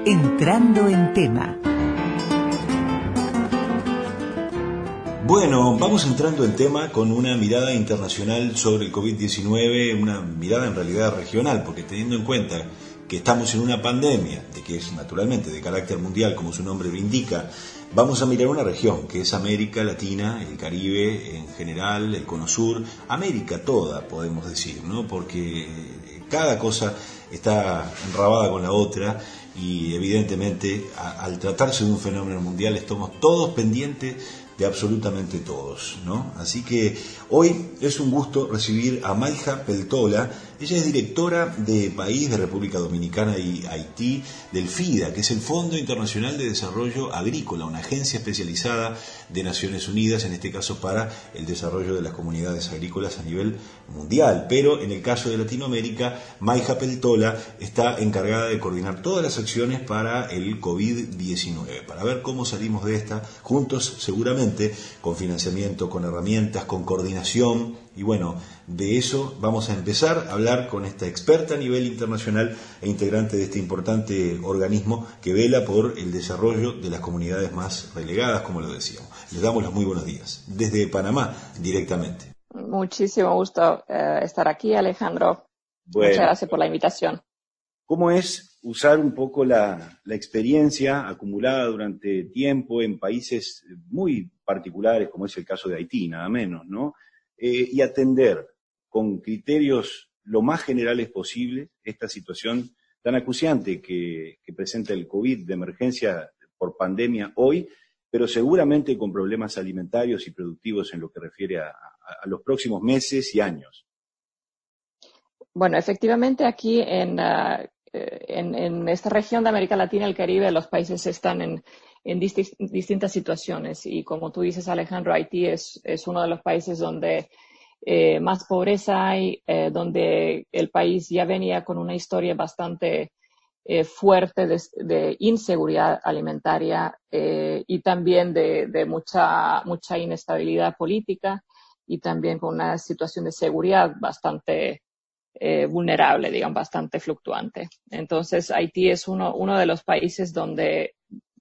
Entrando en tema. Bueno, vamos entrando en tema con una mirada internacional sobre el COVID-19, una mirada en realidad regional, porque teniendo en cuenta que estamos en una pandemia, de que es naturalmente de carácter mundial, como su nombre lo indica, vamos a mirar una región que es América Latina, el Caribe en general, el Cono Sur, América toda, podemos decir, ¿no? Porque cada cosa está enrabada con la otra y evidentemente al tratarse de un fenómeno mundial estamos todos pendientes de absolutamente todos, ¿no? Así que hoy es un gusto recibir a Mayja Peltola. Ella es directora de país de República Dominicana y Haití del FIDA, que es el Fondo Internacional de Desarrollo Agrícola, una agencia especializada de Naciones Unidas, en este caso para el desarrollo de las comunidades agrícolas a nivel mundial. Pero en el caso de Latinoamérica, Mayja Peltola está encargada de coordinar todas las acciones para el COVID-19, para ver cómo salimos de esta juntos, seguramente, con financiamiento, con herramientas, con coordinación. Y bueno, de eso vamos a empezar a hablar con esta experta a nivel internacional e integrante de este importante organismo que vela por el desarrollo de las comunidades más relegadas, como lo decíamos. Les damos los muy buenos días. Desde Panamá, directamente. Muchísimo gusto estar aquí, Alejandro. Bueno, muchas gracias por la invitación. ¿Cómo es usar un poco la experiencia acumulada durante tiempo en países muy particulares, como es el caso de Haití, nada menos, ¿no? Y atender con criterios lo más generales posible esta situación tan acuciante que presenta el COVID de emergencia por pandemia hoy, pero seguramente con problemas alimentarios y productivos en lo que refiere a los próximos meses y años? Bueno, efectivamente aquí en esta región de América Latina y el Caribe los países están en distintas situaciones y como tú dices, Alejandro, Haití es uno de los países donde más pobreza hay, donde el país ya venía con una historia bastante fuerte de inseguridad alimentaria y también de mucha inestabilidad política y también con una situación de seguridad bastante vulnerable, digamos, bastante fluctuante. Entonces, Haití es uno de los países donde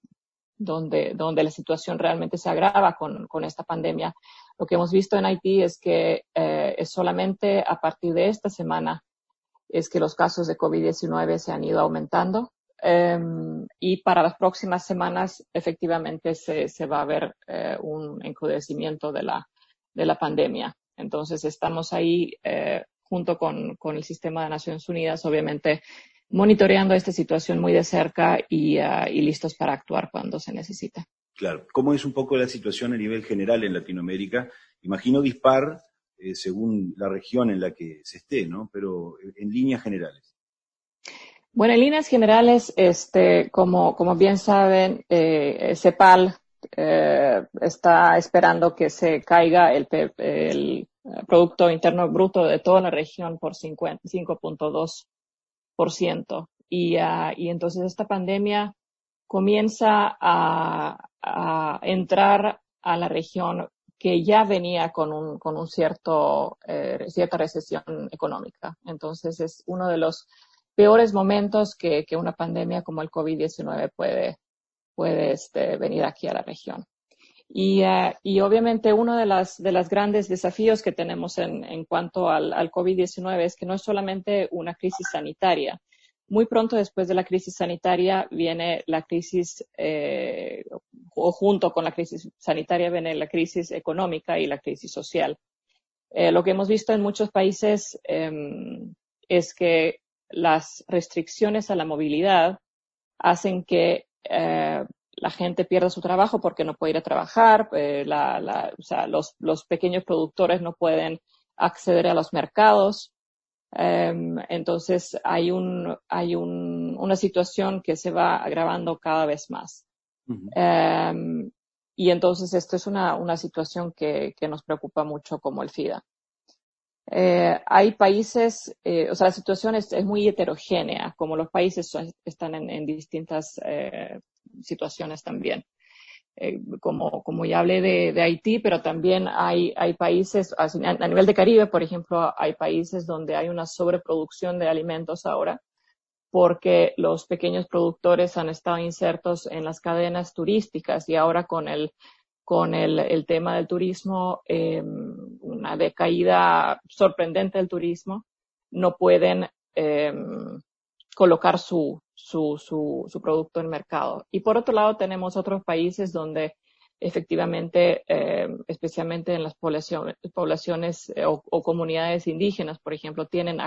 la situación realmente se agrava con esta pandemia. Lo que hemos visto en Haití es que es solamente a partir de esta semana es que los casos de COVID-19 se han ido aumentando y para las próximas semanas efectivamente se va a ver un encrudecimiento de la pandemia. Entonces estamos ahí junto con el sistema de Naciones Unidas, obviamente monitoreando esta situación muy de cerca y listos para actuar cuando se necesite. Claro. ¿Cómo es un poco la situación a nivel general en Latinoamérica? Imagino dispar según la región en la que se esté, ¿no? Pero en líneas generales. Bueno, en líneas generales, como bien saben, CEPAL está esperando que se caiga el Producto Interno Bruto de toda la región por 5.2%. Y entonces esta pandemia comienza a entrar a la región que ya venía con un cierta recesión económica. Entonces es uno de los peores momentos que una pandemia como el COVID-19 puede venir aquí a la región. Y obviamente uno de los grandes desafíos que tenemos en cuanto al COVID-19 es que no es solamente una crisis sanitaria. Muy pronto después de la crisis sanitaria viene la crisis, o junto con la crisis sanitaria viene la crisis económica y la crisis social. Lo que hemos visto en muchos países es que las restricciones a la movilidad hacen que la gente pierda su trabajo porque no puede ir a trabajar, o sea, los pequeños productores no pueden acceder a los mercados. Entonces hay una situación que se va agravando cada vez más. Uh-huh. Y entonces esto es una situación que nos preocupa mucho como el FIDA. Hay países, o sea, la situación es muy heterogénea, como los países están en distintas situaciones también. Como ya hablé de Haití, pero también hay países, a nivel de Caribe, por ejemplo, hay países donde hay una sobreproducción de alimentos ahora, porque los pequeños productores han estado insertos en las cadenas turísticas y ahora con el tema del turismo, una decaída sorprendente del turismo, no pueden colocar su producto en el mercado. Y por otro lado tenemos otros países donde efectivamente, especialmente en las poblaciones o comunidades indígenas, por ejemplo,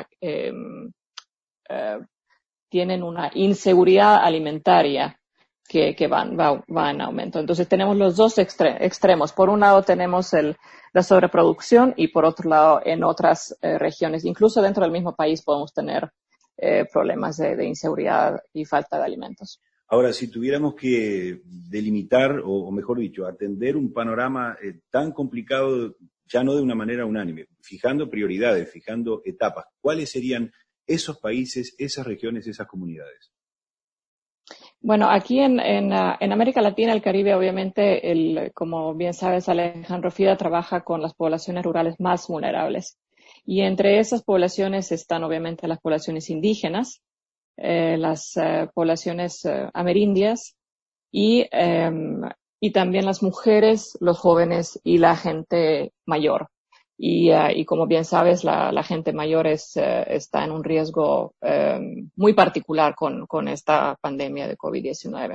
tienen una inseguridad alimentaria que va en aumento. Entonces tenemos los dos extremos. Por un lado tenemos la sobreproducción y por otro lado en otras regiones, incluso dentro del mismo país podemos tener problemas de inseguridad y falta de alimentos. Ahora, si tuviéramos que delimitar, o mejor dicho, atender un panorama tan complicado, ya no de una manera unánime, fijando prioridades, fijando etapas, ¿cuáles serían esos países, esas regiones, esas comunidades? Bueno, aquí en América Latina, el Caribe, obviamente, como bien sabes, Alejandro Fida trabaja con las poblaciones rurales más vulnerables. Y entre esas poblaciones están, obviamente, las poblaciones indígenas, las poblaciones amerindias y también las mujeres, los jóvenes y la gente mayor. Y como bien sabes, la gente mayor está en un riesgo muy particular con esta pandemia de COVID-19.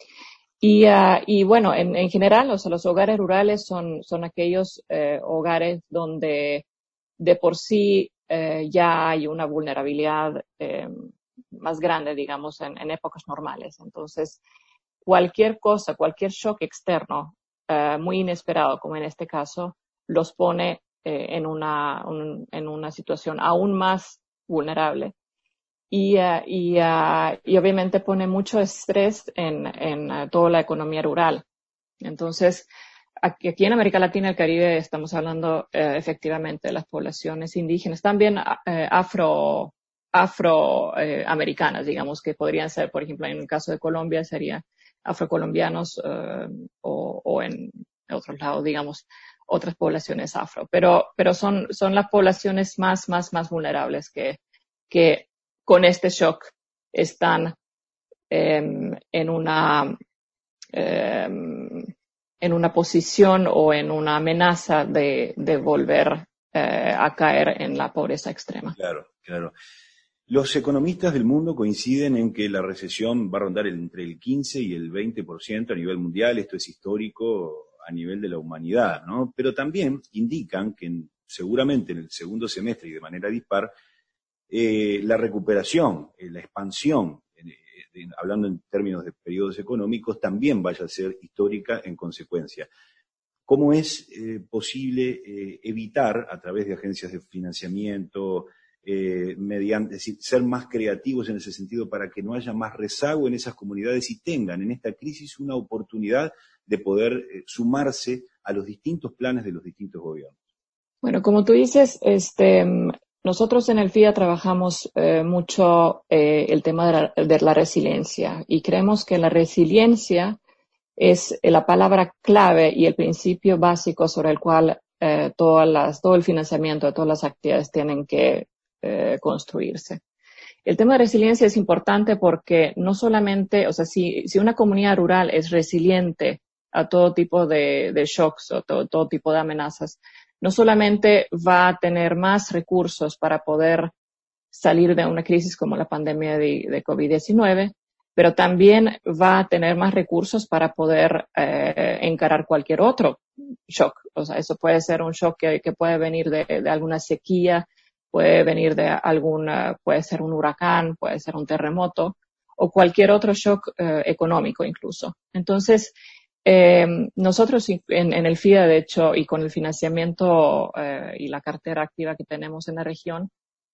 Y bueno, en general, o sea, los hogares rurales son aquellos hogares donde de por sí ya hay una vulnerabilidad más grande, digamos, en épocas normales. Entonces, cualquier cosa, cualquier shock externo muy inesperado, como en este caso, los pone en una situación aún más vulnerable. Y obviamente pone mucho estrés en toda la economía rural. Entonces, aquí en América Latina y el Caribe estamos hablando efectivamente de las poblaciones indígenas, también afroamericanas, digamos, que podrían ser, por ejemplo, en el caso de Colombia, serían afrocolombianos o en otros lados, digamos, otras poblaciones afro. Pero son las poblaciones más vulnerables que con este shock están en una posición o en una amenaza de volver a caer en la pobreza extrema. Claro, claro. Los economistas del mundo coinciden en que la recesión va a rondar entre el 15 y el 20% a nivel mundial. Esto es histórico a nivel de la humanidad, ¿no? Pero también indican que seguramente en el segundo semestre y de manera dispar, la recuperación, la expansión, hablando en términos de periodos económicos, también vaya a ser histórica en consecuencia. ¿Cómo es posible evitar, a través de agencias de financiamiento, es decir, ser más creativos en ese sentido para que no haya más rezago en esas comunidades y tengan en esta crisis una oportunidad de poder sumarse a los distintos planes de los distintos gobiernos? Bueno, como tú dices, nosotros en el FIA trabajamos mucho el tema de la resiliencia y creemos que la resiliencia es la palabra clave y el principio básico sobre el cual todo el financiamiento de todas las actividades tienen que construirse. El tema de resiliencia es importante porque no solamente, o sea, si una comunidad rural es resiliente a todo tipo de shocks o todo tipo de amenazas, no solamente va a tener más recursos para poder salir de una crisis como la pandemia de COVID-19, pero también va a tener más recursos para poder encarar cualquier otro shock. O sea, eso puede ser un shock que puede venir de alguna sequía, puede venir puede ser un huracán, puede ser un terremoto o cualquier otro shock económico incluso. Entonces, nosotros en el FIA, de hecho, y con el financiamiento y la cartera activa que tenemos en la región,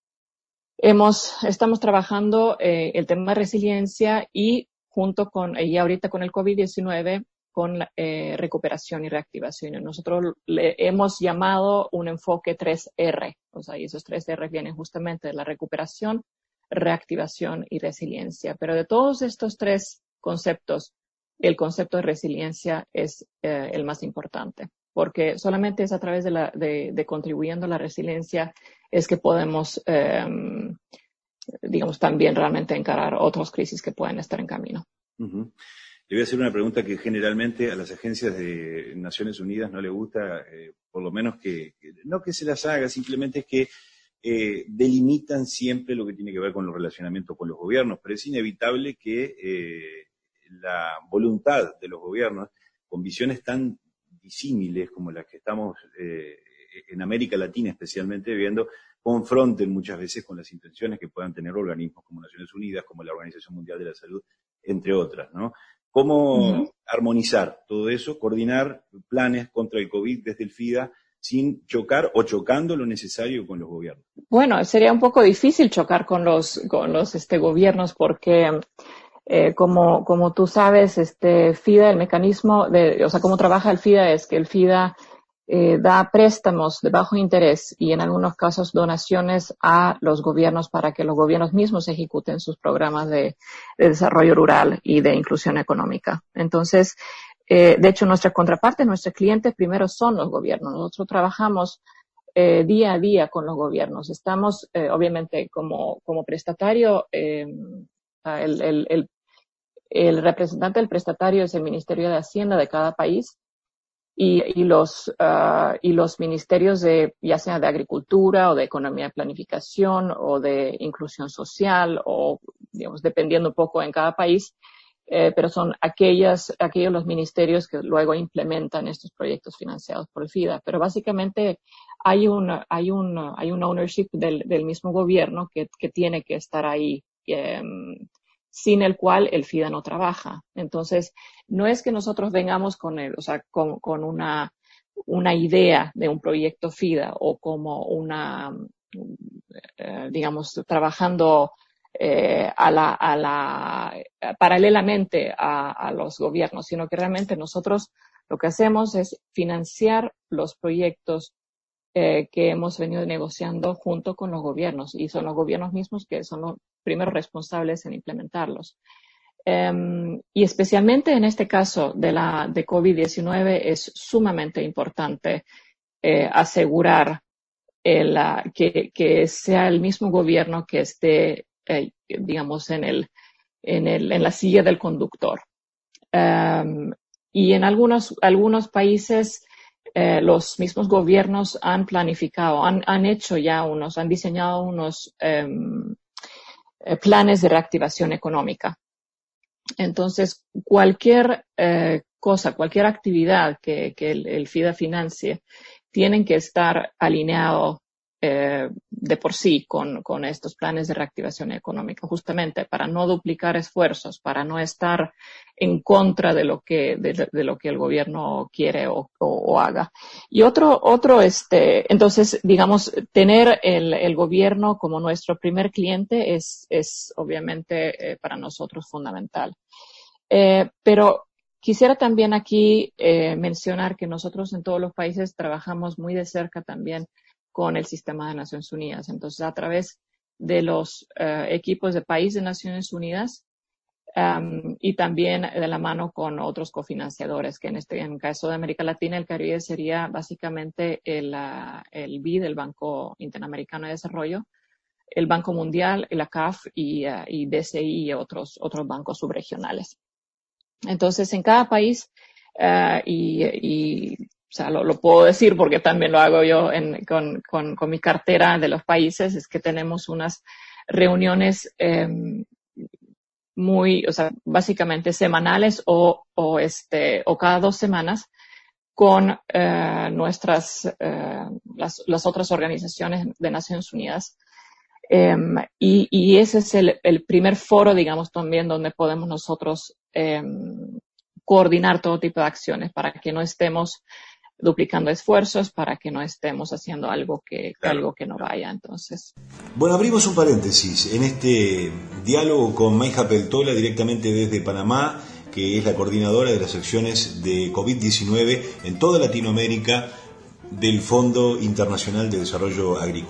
estamos trabajando el tema de resiliencia y ahorita con el COVID-19, con recuperación y reactivación. Nosotros le hemos llamado un enfoque 3R, o sea, y esos 3R vienen justamente de la recuperación, reactivación y resiliencia. Pero de todos estos tres conceptos, el concepto de resiliencia es el más importante, porque solamente es a través de contribuyendo a la resiliencia es que podemos digamos, también realmente encarar otras crisis que pueden estar en camino. Uh-huh. Le voy a hacer una pregunta que generalmente a las agencias de Naciones Unidas no le gusta, por lo menos no que se las haga, simplemente es que delimitan siempre lo que tiene que ver con los relacionamientos con los gobiernos, pero es inevitable que la voluntad de los gobiernos, con visiones tan disímiles como las que estamos en América Latina especialmente viendo, confronten muchas veces con las intenciones que puedan tener organismos como Naciones Unidas, como la Organización Mundial de la Salud, entre otras, ¿no? ¿Cómo armonizar todo eso, coordinar planes contra el COVID desde el FIDA sin chocar o chocando lo necesario con los gobiernos? Bueno, sería un poco difícil chocar con los gobiernos porque como tú sabes, FIDA, el mecanismo o sea, cómo trabaja el FIDA es que el FIDA da préstamos de bajo interés y en algunos casos donaciones a los gobiernos para que los gobiernos mismos ejecuten sus programas de desarrollo rural y de inclusión económica. Entonces, de hecho, nuestra contraparte, nuestros clientes primero son los gobiernos. Nosotros trabajamos día a día con los gobiernos. Estamos, obviamente, como prestatario, el representante del prestatario es el Ministerio de Hacienda de cada país. Y los ministerios ya sea de agricultura o de economía de planificación o de inclusión social o, digamos, dependiendo un poco en cada país, pero son aquellos los ministerios que luego implementan estos proyectos financiados por el FIDA. Pero básicamente hay una ownership del mismo gobierno que tiene que estar ahí, sin el cual el FIDA no trabaja. Entonces, no es que nosotros vengamos con una idea de un proyecto FIDA o como digamos, trabajando paralelamente a los gobiernos, sino que realmente nosotros lo que hacemos es financiar los proyectos que hemos venido negociando junto con los gobiernos, y son los gobiernos mismos que son los primeros responsables en implementarlos. Y especialmente en este caso de COVID-19 es sumamente importante asegurar que sea el mismo gobierno que esté, digamos, en la silla del conductor. Y en algunos países los mismos gobiernos han planificado, han diseñado unos planes de reactivación económica. Entonces, cualquier cualquier actividad que el FIDA financie, tienen que estar alineados de por sí con estos planes de reactivación económica, justamente para no duplicar esfuerzos, para no estar en contra de lo que el gobierno quiere o haga. Y entonces, digamos, tener el gobierno como nuestro primer cliente es obviamente para nosotros fundamental. Pero quisiera también aquí mencionar que nosotros en todos los países trabajamos muy de cerca también con el sistema de Naciones Unidas. Entonces, a través de los equipos de país de Naciones Unidas y también de la mano con otros cofinanciadores, que en el caso de América Latina, el Caribe sería básicamente el BID, el Banco Interamericano de Desarrollo, el Banco Mundial, la CAF y DCI y otros bancos subregionales. Entonces, en cada país, o sea, lo puedo decir porque también lo hago yo con mi cartera de los países, es que tenemos unas reuniones o sea, básicamente semanales o cada 2 semanas con las otras organizaciones de Naciones Unidas. Y ese es el primer foro, digamos, también donde podemos nosotros coordinar todo tipo de acciones para que no estemos duplicando esfuerzos, para que no estemos haciendo algo que no vaya. Entonces, bueno, abrimos un paréntesis en este diálogo con Mayja Peltola, directamente desde Panamá, que es la coordinadora de las acciones de COVID-19 en toda Latinoamérica del Fondo Internacional de Desarrollo Agrícola.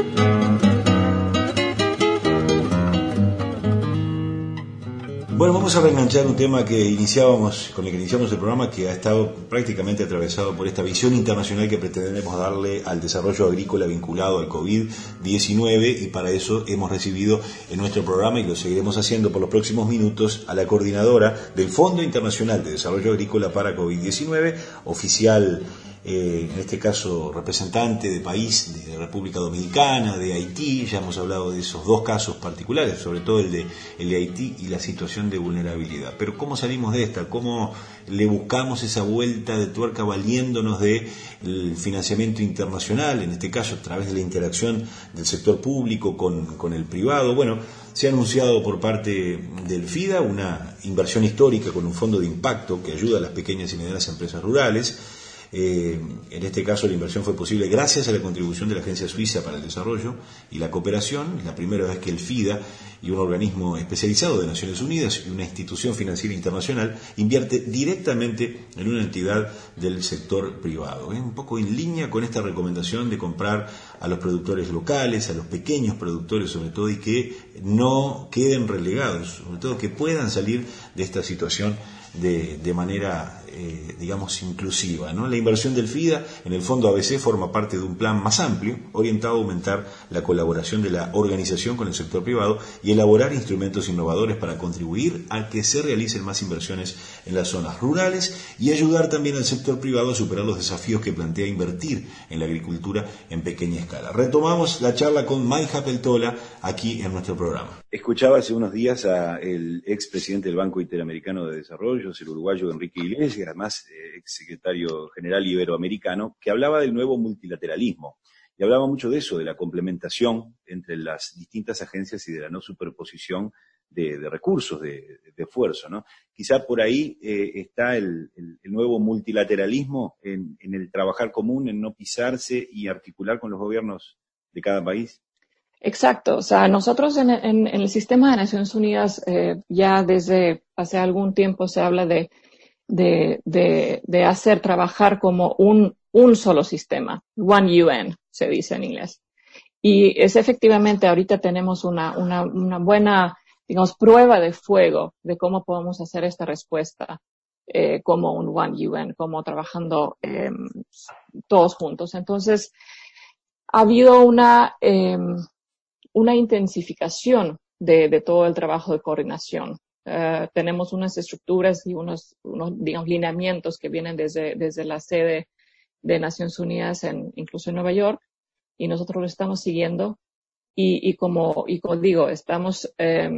Bueno, vamos a reenganchar un tema con el que iniciamos el programa, que ha estado prácticamente atravesado por esta visión internacional que pretendemos darle al desarrollo agrícola vinculado al COVID-19, y para eso hemos recibido en nuestro programa, y lo seguiremos haciendo por los próximos minutos, a la coordinadora del Fondo Internacional de Desarrollo Agrícola para COVID-19, oficial, en este caso representante de país de República Dominicana, de Haití. Ya hemos hablado de esos dos casos particulares, sobre todo el de Haití y la situación de vulnerabilidad. Pero ¿cómo salimos de esta? ¿Cómo le buscamos esa vuelta de tuerca valiéndonos del financiamiento internacional, en este caso a través de la interacción del sector público con el privado? Bueno, se ha anunciado por parte del FIDA una inversión histórica con un fondo de impacto que ayuda a las pequeñas y medianas empresas rurales. En este caso la inversión fue posible gracias a la contribución de la Agencia Suiza para el Desarrollo y la Cooperación. Es la primera vez que el FIDA y un organismo especializado de Naciones Unidas y una institución financiera internacional invierte directamente en una entidad del sector privado. Un poco en línea con esta recomendación de comprar a los productores locales, a los pequeños productores sobre todo, y que no queden relegados, sobre todo que puedan salir de esta situación de manera, digamos, inclusiva, ¿no? La inversión del FIDA en el Fondo ABC forma parte de un plan más amplio, orientado a aumentar la colaboración de la organización con el sector privado y elaborar instrumentos innovadores para contribuir a que se realicen más inversiones en las zonas rurales y ayudar también al sector privado a superar los desafíos que plantea invertir en la agricultura en pequeña escala. Retomamos la charla con Maija Peltola aquí en nuestro programa. Escuchaba hace unos días al expresidente del Banco Interamericano de Desarrollo, el uruguayo Enrique Iglesias, además exsecretario general iberoamericano, que hablaba del nuevo multilateralismo. Y hablaba mucho de eso, de la complementación entre las distintas agencias y de la no superposición de recursos, de esfuerzo, ¿no? Quizá por ahí está el nuevo multilateralismo en el trabajar común, en no pisarse y articular con los gobiernos de cada país. Exacto. O sea, nosotros en el sistema de Naciones Unidas ya desde hace algún tiempo se habla de hacer trabajar como un solo sistema, one UN, se dice en inglés. Y es efectivamente, ahorita tenemos una buena, digamos, prueba de fuego de cómo podemos hacer esta respuesta como un one UN, como trabajando todos juntos. Entonces, ha habido una intensificación de todo el trabajo de coordinación. Tenemos unas estructuras y unos digamos, lineamientos que vienen desde la sede de Naciones Unidas, incluso en Nueva York, y nosotros lo estamos siguiendo. Y como digo, estamos,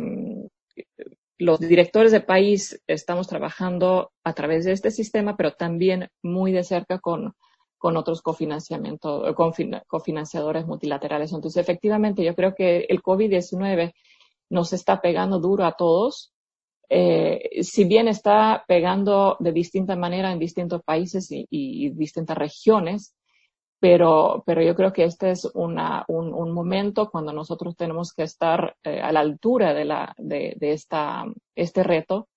los directores de país estamos trabajando a través de este sistema, pero también muy de cerca con otros cofinanciadores multilaterales. Entonces, efectivamente, yo creo que el COVID-19 nos está pegando duro a todos. Si bien está pegando de distinta manera en distintos países y distintas regiones, pero yo creo que este es un momento cuando nosotros tenemos que estar a la altura de este reto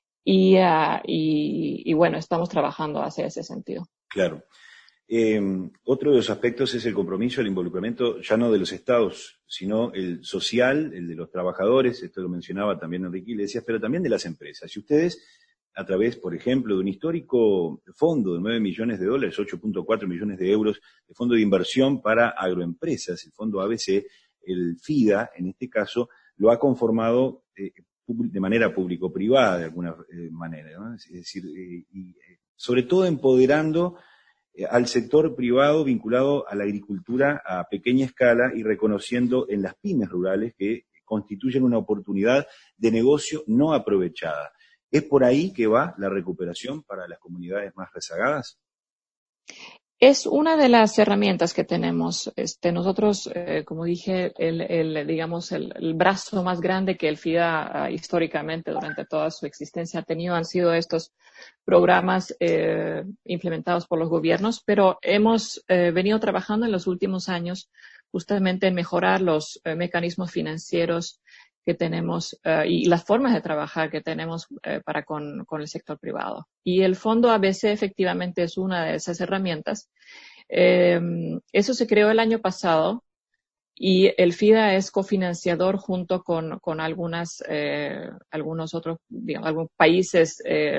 y bueno, estamos trabajando hacia ese sentido. Claro. Otro de los aspectos es el compromiso, el involucramiento ya no de los estados, sino el social, el de los trabajadores, esto lo mencionaba también Enrique Iglesias, pero también de las empresas. Y ustedes, a través, por ejemplo, de un histórico fondo de $9 millones, 8.4 millones de euros, de fondo de inversión para agroempresas, el fondo ABC, el FIDA, en este caso, lo ha conformado de manera público-privada, de alguna manera, ¿no? Es decir, sobre todo empoderando al sector privado vinculado a la agricultura a pequeña escala y reconociendo en las pymes rurales que constituyen una oportunidad de negocio no aprovechada. ¿Es por ahí que va la recuperación para las comunidades más rezagadas? Es una de las herramientas que tenemos. Nosotros, como dije, digamos, el brazo más grande que el FIDA históricamente durante toda su existencia ha tenido han sido estos programas implementados por los gobiernos, pero hemos venido trabajando en los últimos años justamente en mejorar los mecanismos financieros que tenemos y las formas de trabajar que tenemos para con el sector privado. Y el Fondo ABC efectivamente es una de esas herramientas. Eso se creó el año pasado y el FIDA es cofinanciador junto con algunos otros, digamos, algunos países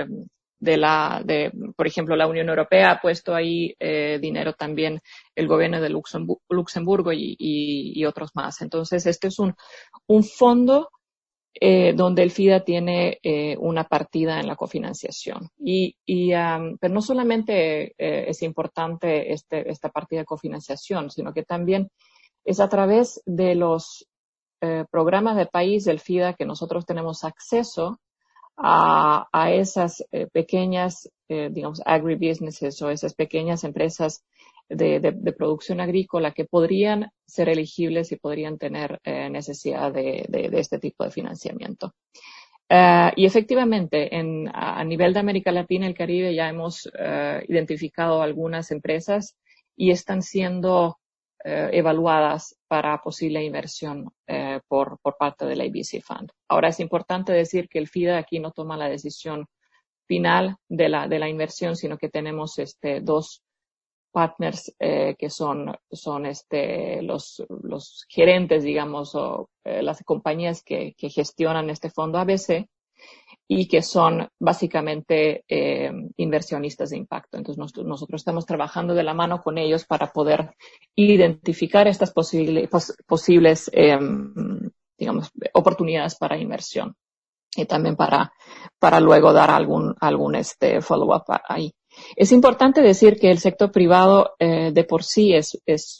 por ejemplo, la Unión Europea ha puesto ahí dinero también, el gobierno de Luxemburgo y otros más. Entonces, este es un fondo donde el FIDA tiene una partida en la cofinanciación. Pero no solamente es importante esta partida de cofinanciación, sino que también es a través de los programas de país del FIDA que nosotros tenemos acceso a esas pequeñas, digamos, agribusinesses o esas pequeñas empresas de producción agrícola que podrían ser elegibles y podrían tener necesidad de este tipo de financiamiento. Y efectivamente, a nivel de América Latina y el Caribe ya hemos identificado algunas empresas y están siendo evaluadas para posible inversión por parte del ABC Fund. Ahora es importante decir que el FIDA aquí no toma la decisión final de la inversión, sino que tenemos dos partners que son los gerentes, digamos, o las compañías que gestionan este fondo ABC y que son básicamente inversionistas de impacto. Entonces nosotros estamos trabajando de la mano con ellos para poder identificar estas posibles digamos, oportunidades para inversión y también para luego dar algún follow-up ahí. Es importante decir que el sector privado de por sí es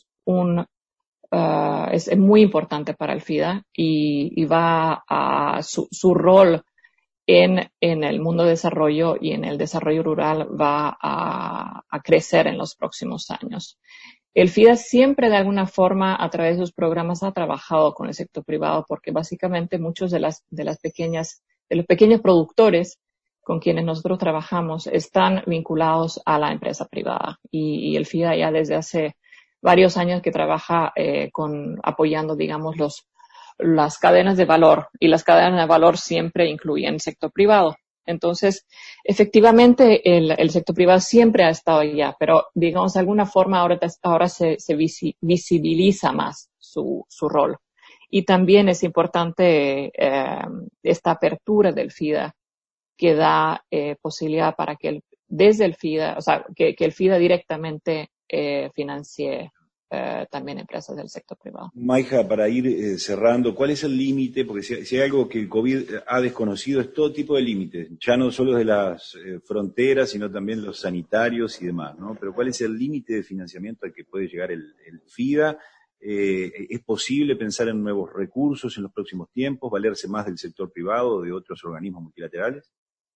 muy importante para el FIDA y va a su rol en el mundo de desarrollo y en el desarrollo rural va a crecer en los próximos años. El FIDA siempre de alguna forma a través de sus programas ha trabajado con el sector privado porque básicamente muchos de los pequeños productores con quienes nosotros trabajamos están vinculados a la empresa privada y el FIDA ya desde hace varios años que trabaja apoyando, digamos, las cadenas de valor y las cadenas de valor siempre incluyen el sector privado. Entonces, efectivamente, el sector privado siempre ha estado allá, pero digamos de alguna forma ahora se visibiliza más su rol. Y también es importante esta apertura del FIDA que da posibilidad para que desde el FIDA, o sea, que el FIDA directamente financie también empresas del sector privado. Maija, para ir cerrando, ¿cuál es el límite? Porque si hay algo que el COVID ha desconocido es todo tipo de límites, ya no solo de las fronteras, sino también los sanitarios y demás, ¿no? Pero ¿cuál es el límite de financiamiento al que puede llegar el FIDA? ¿Es posible pensar en nuevos recursos en los próximos tiempos, valerse más del sector privado o de otros organismos multilaterales?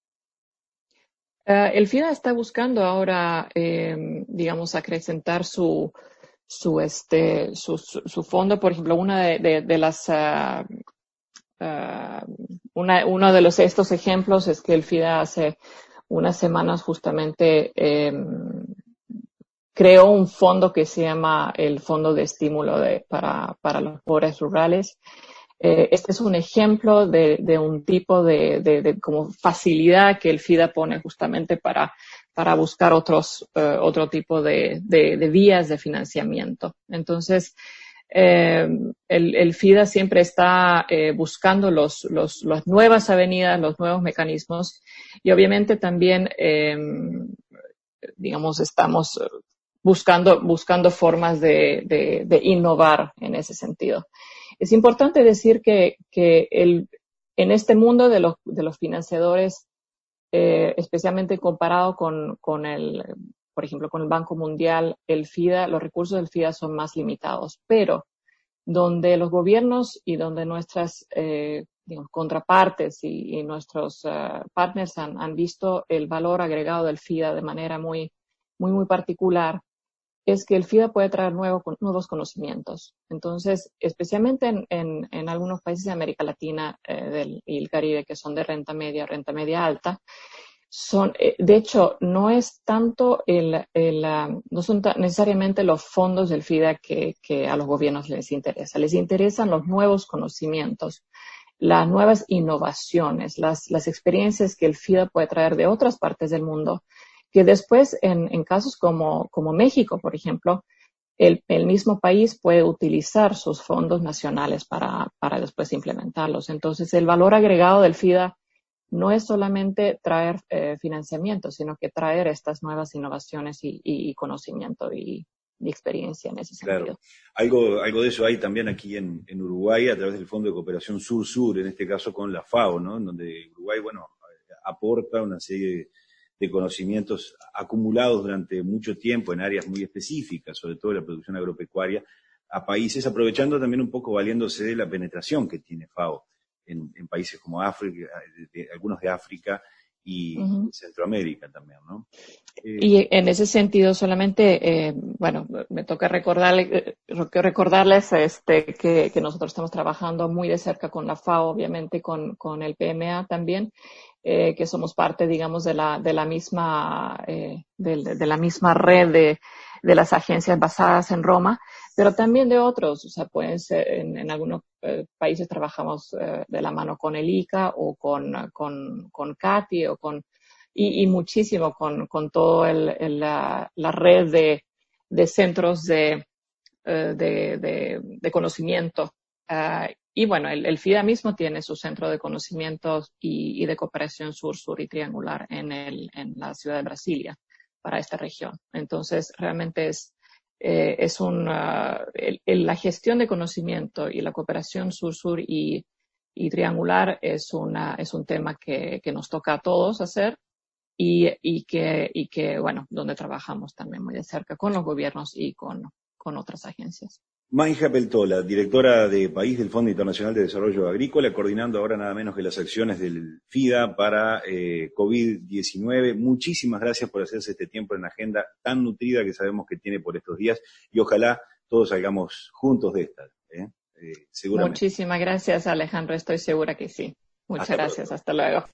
El FIDA está buscando ahora, digamos, acrecentar su fondo. Por ejemplo, una de las uno de estos ejemplos es que el FIDA hace unas semanas justamente creó un fondo que se llama el Fondo de Estímulo para los pobres rurales. Este es un ejemplo de un tipo de como facilidad que el FIDA pone justamente para buscar otro tipo de vías de financiamiento. Entonces, el FIDA siempre está buscando las nuevas avenidas, los nuevos mecanismos y obviamente también, digamos, estamos buscando formas de innovar en ese sentido. Es importante decir que en este mundo de los financiadores, especialmente comparado con por ejemplo, con el Banco Mundial, el FIDA, los recursos del FIDA son más limitados, pero donde los gobiernos y donde nuestras digamos, contrapartes y nuestros partners han visto el valor agregado del FIDA de manera muy, muy, muy particular, es que el FIDA puede traer nuevos conocimientos. Entonces, especialmente en algunos países de América Latina y el Caribe, que son de renta media alta, de hecho, no es tanto no son necesariamente los fondos del FIDA que a los gobiernos les interesa. Les interesan los nuevos conocimientos, las nuevas innovaciones, las experiencias que el FIDA puede traer de otras partes del mundo, que después, en casos como México, por ejemplo, el mismo país puede utilizar sus fondos nacionales para después implementarlos. Entonces, el valor agregado del FIDA no es solamente traer financiamiento, sino que traer estas nuevas innovaciones y conocimiento y experiencia en ese sentido. Claro, algo de eso hay también aquí en Uruguay a través del Fondo de Cooperación Sur-Sur, en este caso con la FAO, ¿no? En donde Uruguay, bueno, aporta una serie de conocimientos acumulados durante mucho tiempo en áreas muy específicas, sobre todo la producción agropecuaria, a países, aprovechando también un poco, valiéndose de la penetración que tiene FAO en países como África, algunos de África y Centroamérica también, ¿no? Y en ese sentido, solamente, bueno, me toca recordarles que nosotros estamos trabajando muy de cerca con la FAO, obviamente con el PMA también, que somos parte, digamos, de la misma red de las agencias basadas en Roma, pero también de otros. O sea, pueden ser, en algunos países trabajamos de la mano con el ICA o con CATI o y muchísimo con todo la red de centros de conocimiento. Y bueno, el FIDA mismo tiene su centro de conocimientos y de cooperación sur-sur y triangular en la ciudad de Brasilia para esta región. Entonces, realmente la gestión de conocimiento y la cooperación sur-sur y triangular es un tema que nos toca a todos hacer y que, bueno, donde trabajamos también muy de cerca con los gobiernos y con otras agencias. Manja Peltola, directora de País del Fondo Internacional de Desarrollo Agrícola, coordinando ahora nada menos que las acciones del FIDA para COVID-19. Muchísimas gracias por hacerse este tiempo en la agenda tan nutrida que sabemos que tiene por estos días y ojalá todos salgamos juntos de esta. Seguramente. Muchísimas gracias, Alejandro. Estoy segura que sí. Muchas gracias. Hasta luego.